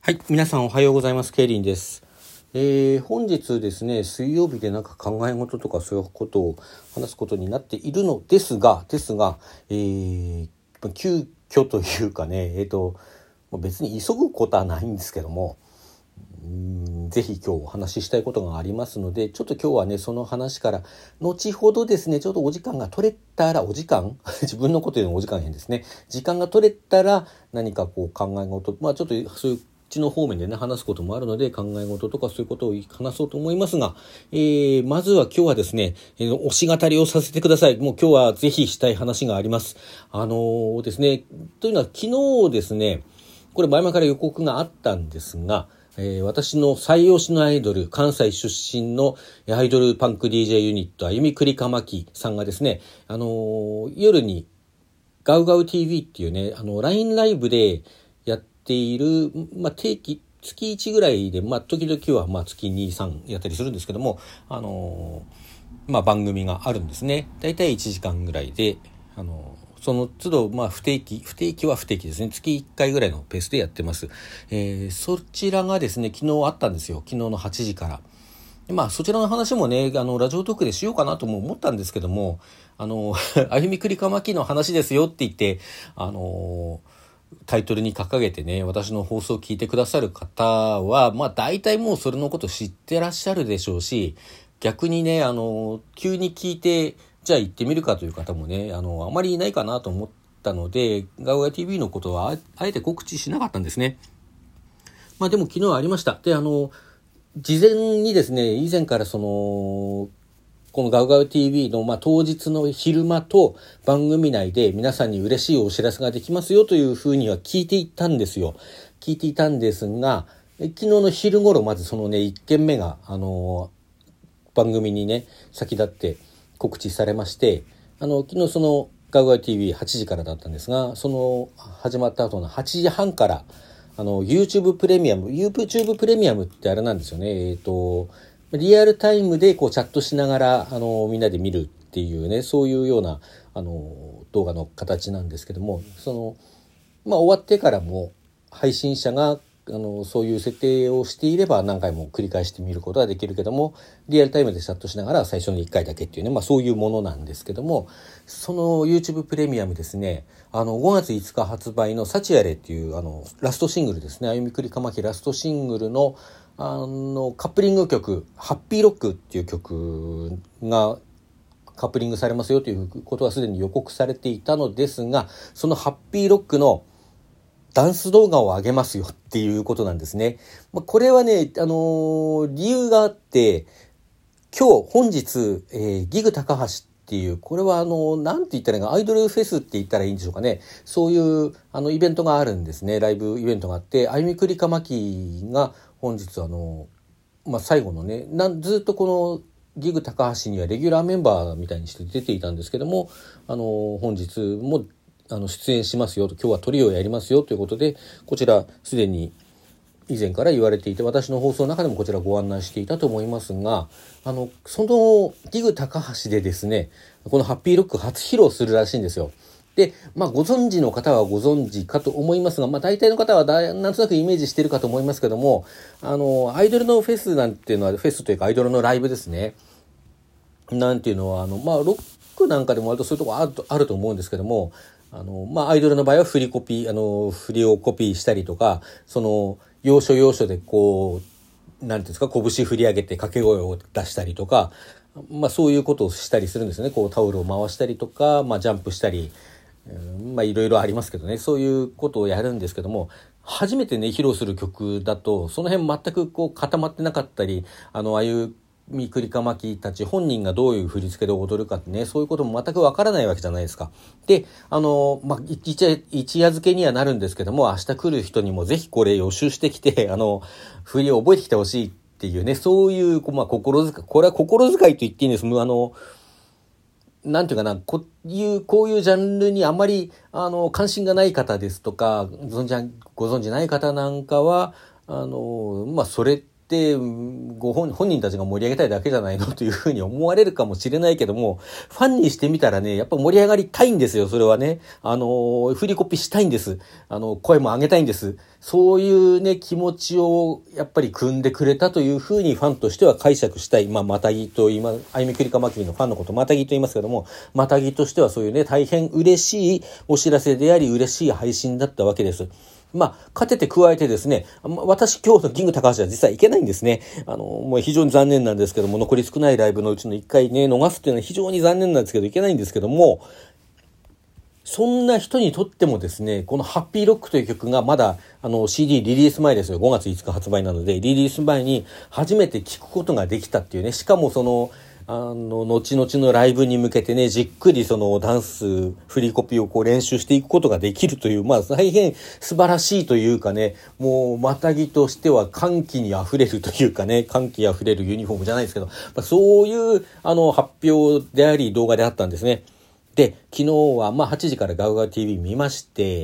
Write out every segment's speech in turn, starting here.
はい、皆さんおはようございます。ケイリンです。本日ですね、水曜日でなんか考え事とかそういうことを話すことになっているのですが、急遽というかね、別に急ぐことはないんですけども、ぜひ今日お話ししたいことがありますので、ちょっと今日はね、その話から後ほどですね、ちょっとお時間が取れたら、自分のこと言うのお時間変ですね。時間が取れたら何かこう考え事、ちょっとそういうちの方面でね話すこともあるので、考え事とかそういうことを話そうと思いますが、まずは今日はですね、推し語りをさせてください。もう今日はぜひしたい話があります。ですね、というのは昨日ですね、これ前々から予告があったんですが、私の最推しのアイドル、関西出身のアイドルパンク DJ ユニット、あゆみくりかまきさんがですね、夜にガウガウ TV っていうね、LINE ライブでやっている、定期、月1ぐらいで、時々は月2、3やったりするんですけども、番組があるんですね。だいたい1時間ぐらいで、その都度、不定期は不定期ですね。月1回ぐらいのペースでやってます。そちらがですね、昨日あったんですよ。昨日の8時から。そちらの話もね、ラジオトークでしようかなとも思ったんですけども、あゆみくりかまきの話ですよって言って、タイトルに掲げてね、私の放送を聞いてくださる方は、大体もうそれのこと知ってらっしゃるでしょうし、逆にね、急に聞いて、じゃあ行ってみるかという方もね、あまりいないかなと思ったので、ガウガ TV のことはあえて告知しなかったんですね。でも昨日ありました。で、事前にですね、以前からこのガウガウ TV の、当日の昼間と番組内で皆さんに嬉しいお知らせができますよというふうには聞いていたんですよ。聞いていたんですが、昨日の昼頃まずそのね、1件目が、番組にね、先立って告知されまして、昨日そのガウガウ TV8 時からだったんですが、その始まった後の8時半から、YouTube プレミアムってあれなんですよね。リアルタイムでこうチャットしながら、みんなで見るっていうね、そういうような、動画の形なんですけども、終わってからも配信者が、そういう設定をしていれば何回も繰り返して見ることができるけども、リアルタイムでチャットしながら最初の1回だけっていうね、そういうものなんですけども、その YouTube プレミアムですね、5月5日発売のサチアレっていうラストシングルですね、あゆみくりかまきラストシングルのカップリング曲ハッピーロックっていう曲がカップリングされますよということはすでに予告されていたのですが、そのハッピーロックのダンス動画を上げますよっていうことなんですね。これはね、理由があって、本日、ギグ高橋っていう、これはなんて言ったらいいか、アイドルフェスって言ったらいいんでしょうかね。そういうイベントがあるんですね。ライブイベントがあって、あゆみくりかまきが本日最後のね、ずっとこのギグ高橋にはレギュラーメンバーみたいにして出ていたんですけども、本日も出演しますよと、今日はトリをやりますよということで、こちらすでに以前から言われていて、私の放送の中でもこちらご案内していたと思いますが、そのギグ高橋でですね、このハッピーロック初披露するらしいんですよ。で、ご存知の方はご存知かと思いますが、大体の方はなんとなくイメージしてるかと思いますけども、アイドルのフェスなんていうのは、フェスというかアイドルのライブですね。なんていうのは、ロックなんかでも割とそういうとこあると思うんですけども、アイドルの場合は振りをコピーしたりとか、要所要所でこう、なんていうんですか、拳振り上げて掛け声を出したりとか、そういうことをしたりするんですよね。こうタオルを回したりとか、ジャンプしたり、いろいろありますけどね、そういうことをやるんですけども、初めてね、披露する曲だと、その辺全くこう固まってなかったり、ああいうみくりかまきたち本人がどういう振り付けで踊るかってね、そういうことも全くわからないわけじゃないですか。で、一夜漬けにはなるんですけども、明日来る人にもぜひこれ予習してきて、振りを覚えてきてほしいっていうね、そういう、心遣い、これは心遣いと言っていいんです。なんていうかな、こういうジャンルにあまり、関心がない方ですとか、ご存知ない方なんかは、それっって本人たちが盛り上げたいだけじゃないのというふうに思われるかもしれないけども、ファンにしてみたらね、やっぱ盛り上がりたいんですよ、それはね。振りコピしたいんです。声も上げたいんです。そういうね、気持ちをやっぱり汲んでくれたというふうにファンとしては解釈したい。またぎとあゆみくりかまきりのファンのことまたぎと言いますけども、またぎとしてはそういうね、大変嬉しいお知らせであり、嬉しい配信だったわけです。勝てて加えてですね、私今日のキング高橋は実はいけないんですね。もう非常に残念なんですけども、残り少ないライブのうちの1回ね、逃すっていうのは非常に残念なんですけど、いけないんですけども、そんな人にとってもですね、このハッピーロックという曲がまだCD リリース前ですよ。5月5日発売なので、リリース前に初めて聴くことができたっていうね、しかも後々のライブに向けてね、じっくりダンス、振りコピを練習していくことができるという、大変素晴らしいというかね、もう、またぎとしては歓喜に溢れるというかね、歓喜溢れるユニフォームじゃないですけど、そういう、発表であり、動画であったんですね。で、昨日は8時からガウガウ TV 見まして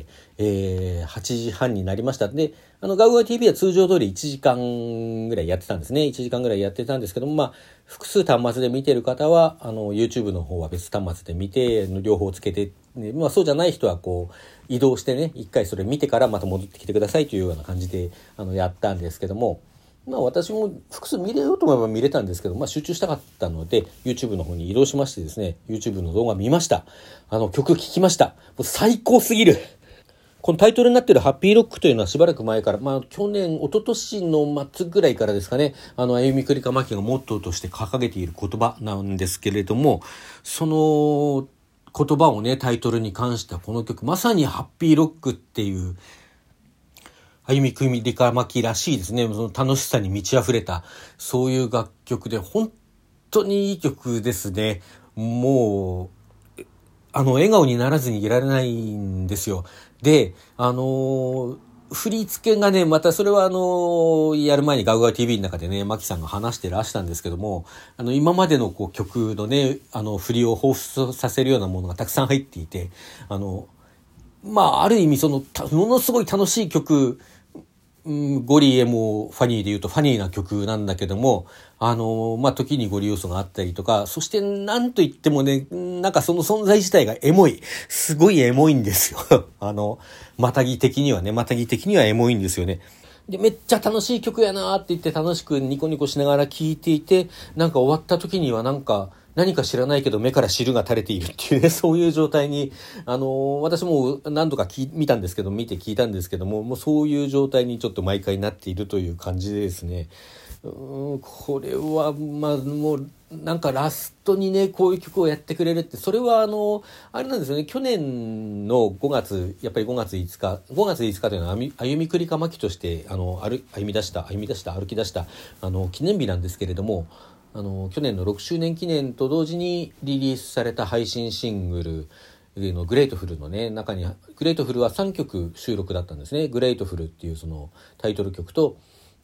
、8時半になりました。で、ガウガウ TV は通常通り1時間ぐらいやってたんですね。1時間ぐらいやってたんですけども、複数端末で見てる方は、YouTube の方は別端末で見て、両方つけて、そうじゃない人は移動してね、一回それ見てからまた戻ってきてくださいというような感じで、やったんですけども、私も複数見れようと思えば見れたんですけど、集中したかったので YouTube の方に移動しましてですね、 YouTube の動画見ました。曲聴きました。もう最高すぎる。このタイトルになっているハッピーロックというのはしばらく前から、去年一昨年の末ぐらいからですかね、あゆみくりかまきがモットーとして掲げている言葉なんですけれども、その言葉をね、タイトルに関してはこの曲まさにハッピーロックっていうあゆみくりかまきらしいですね。その楽しさに満ち溢れた、そういう楽曲で本当にいい曲ですね。もう、笑顔にならずにいられないんですよ。で、振り付けがね、またそれはやる前にガウガウ TV の中でね、マキさんが話してらしたんですけども、今までの曲のね、振りを彷彿させるようなものがたくさん入っていて、ある意味ものすごい楽しい曲、ゴリエもファニーで言うとファニーな曲なんだけども、時にゴリ要素があったりとか、そしてなんと言ってもね、なんかその存在自体がエモい。すごいエモいんですよ。またぎ的にはエモいんですよね。で、めっちゃ楽しい曲やなーって言って楽しくニコニコしながら聴いていて、なんか終わった時には何か知らないけど目から汁が垂れているっていうね、そういう状態に、私も何度か見たんですけど、見て聞いたんですけども、もうそういう状態にちょっと毎回なっているという感じでですね、これは、もう、なんかラストにね、こういう曲をやってくれるって、それはあれなんですよね、去年の5月、やっぱり5月5日というのは、あゆみくりかまきとして、歩き出した、記念日なんですけれども、去年の6周年記念と同時にリリースされた配信シングルのグレートフルのね、中に、グレートフルは3曲収録だったんですね。グレートフルっていうそのタイトル曲と、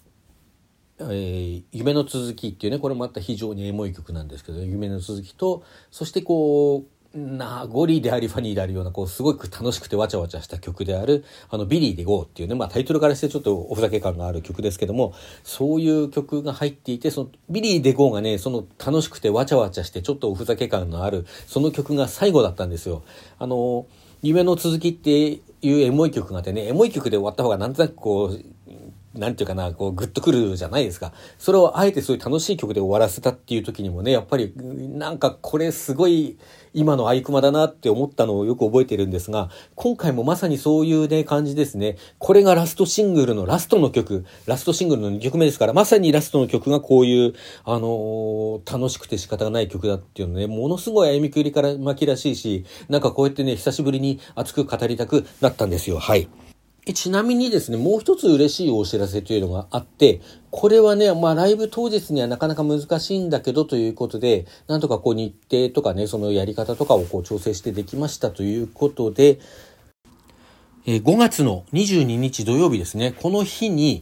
夢の続きっていうね、これもまた非常にエモい曲なんですけど、夢の続きと、そしてゴリでありファニーであるようなすごく楽しくてわちゃわちゃした曲であるビリーで GO っていうね、タイトルからしてちょっとおふざけ感がある曲ですけども、そういう曲が入っていて、そのビリーで GO がね、その楽しくてわちゃわちゃしてちょっとおふざけ感のあるその曲が最後だったんですよ。夢の続きっていうエモい曲があってね、エモい曲で終わった方がなんとなくなんていうかな、グッとくるじゃないですか。それをあえてそういう楽しい曲で終わらせたっていう時にもね、やっぱりなんかこれすごい今のアイクマだなって思ったのをよく覚えてるんですが、今回もまさにそういうね感じですね。これがラストシングルのラストシングルの2曲目ですから、まさにラストの曲がこういう楽しくて仕方がない曲だっていうのね、ものすごいあゆみくりからまきらしいし、なんかこうやってね久しぶりに熱く語りたくなったんですよ。はい。ちなみにですね、もう一つ嬉しいお知らせというのがあって、これはね、ライブ当日にはなかなか難しいんだけどということで、なんとか日程とかね、そのやり方とかを調整してできましたということで、5月の22日土曜日ですね、この日に、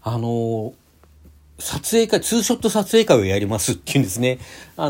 撮影会、ツーショット撮影会をやりますっていうんですね。そ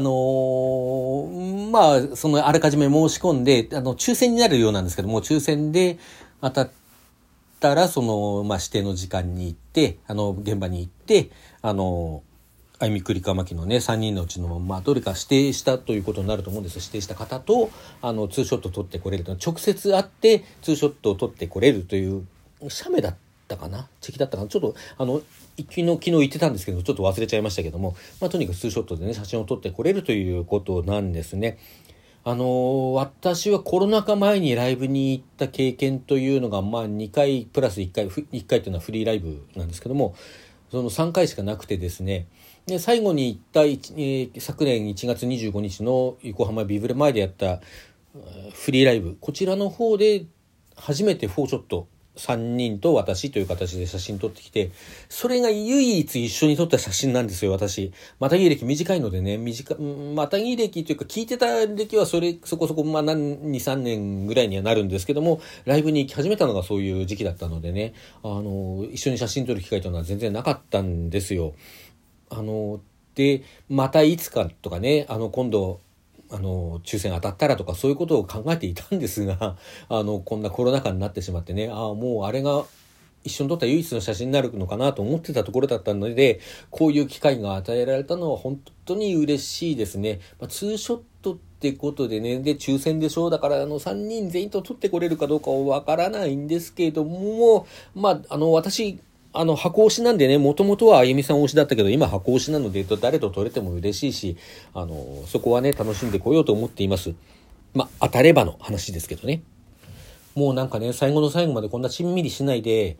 のあらかじめ申し込んで、抽選になるようなんですけども、抽選で当たったら、指定の時間に行って、現場に行って、あゆみくりかまきのね、3人のうちの、どれか指定したということになると思うんです。指定した方と、ツーショットを撮ってこれると、直接会って、ツーショットを撮ってこれるという、写メだったかな、チェキだったかな、ちょっと、昨日言ってたんですけど、ちょっと忘れちゃいましたけども、とにかくツーショットでね、写真を撮ってこれるということなんですね。私はコロナ禍前にライブに行った経験というのが、2回プラス1回、1回というのはフリーライブなんですけども、その3回しかなくてですね、で最後に行った、昨年1月25日の横浜ビブレ前でやったフリーライブ、こちらの方で初めて4ショット3人と私という形で写真撮ってきて、それが唯一一緒に撮った写真なんですよ。私またぎ歴短いのでね、またぎ歴というか聞いてた歴はそこそこ2、3年ぐらいにはなるんですけども、ライブに行き始めたのがそういう時期だったのでね、一緒に写真撮る機会というのは全然なかったんですよ。でまたいつかとかね、今度抽選当たったらとかそういうことを考えていたんですが、こんなコロナ禍になってしまってね、もうあれが一緒に撮った唯一の写真になるのかなと思ってたところだったので、こういう機会が与えられたのは本当に嬉しいですね。ツーショットってことでね、で抽選でしょう、だから3人全員と撮ってこれるかどうかはわからないんですけれども、私箱推しなんでね、もともとはあゆみさん推しだったけど、今箱推しなので、誰と撮れても嬉しいし、そこはね、楽しんでこようと思っています。当たればの話ですけどね。もうなんかね、最後の最後までこんなしんみりしないで、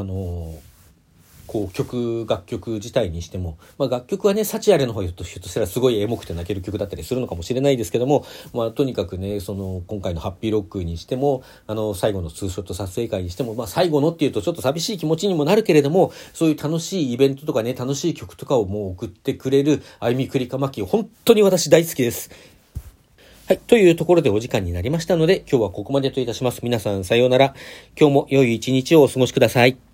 楽曲自体にしても、楽曲はね、サチアレの方ひょっとしたらすごいエモくて泣ける曲だったりするのかもしれないですけども、とにかくね、今回のハッピーロックにしても、最後のツーショット撮影会にしても、最後のっていうとちょっと寂しい気持ちにもなるけれども、そういう楽しいイベントとかね、楽しい曲とかをもう送ってくれるあゆみくりかまき、本当に私大好きです。はい。というところでお時間になりましたので、今日はここまでといたします。皆さんさようなら。今日も良い一日をお過ごしください。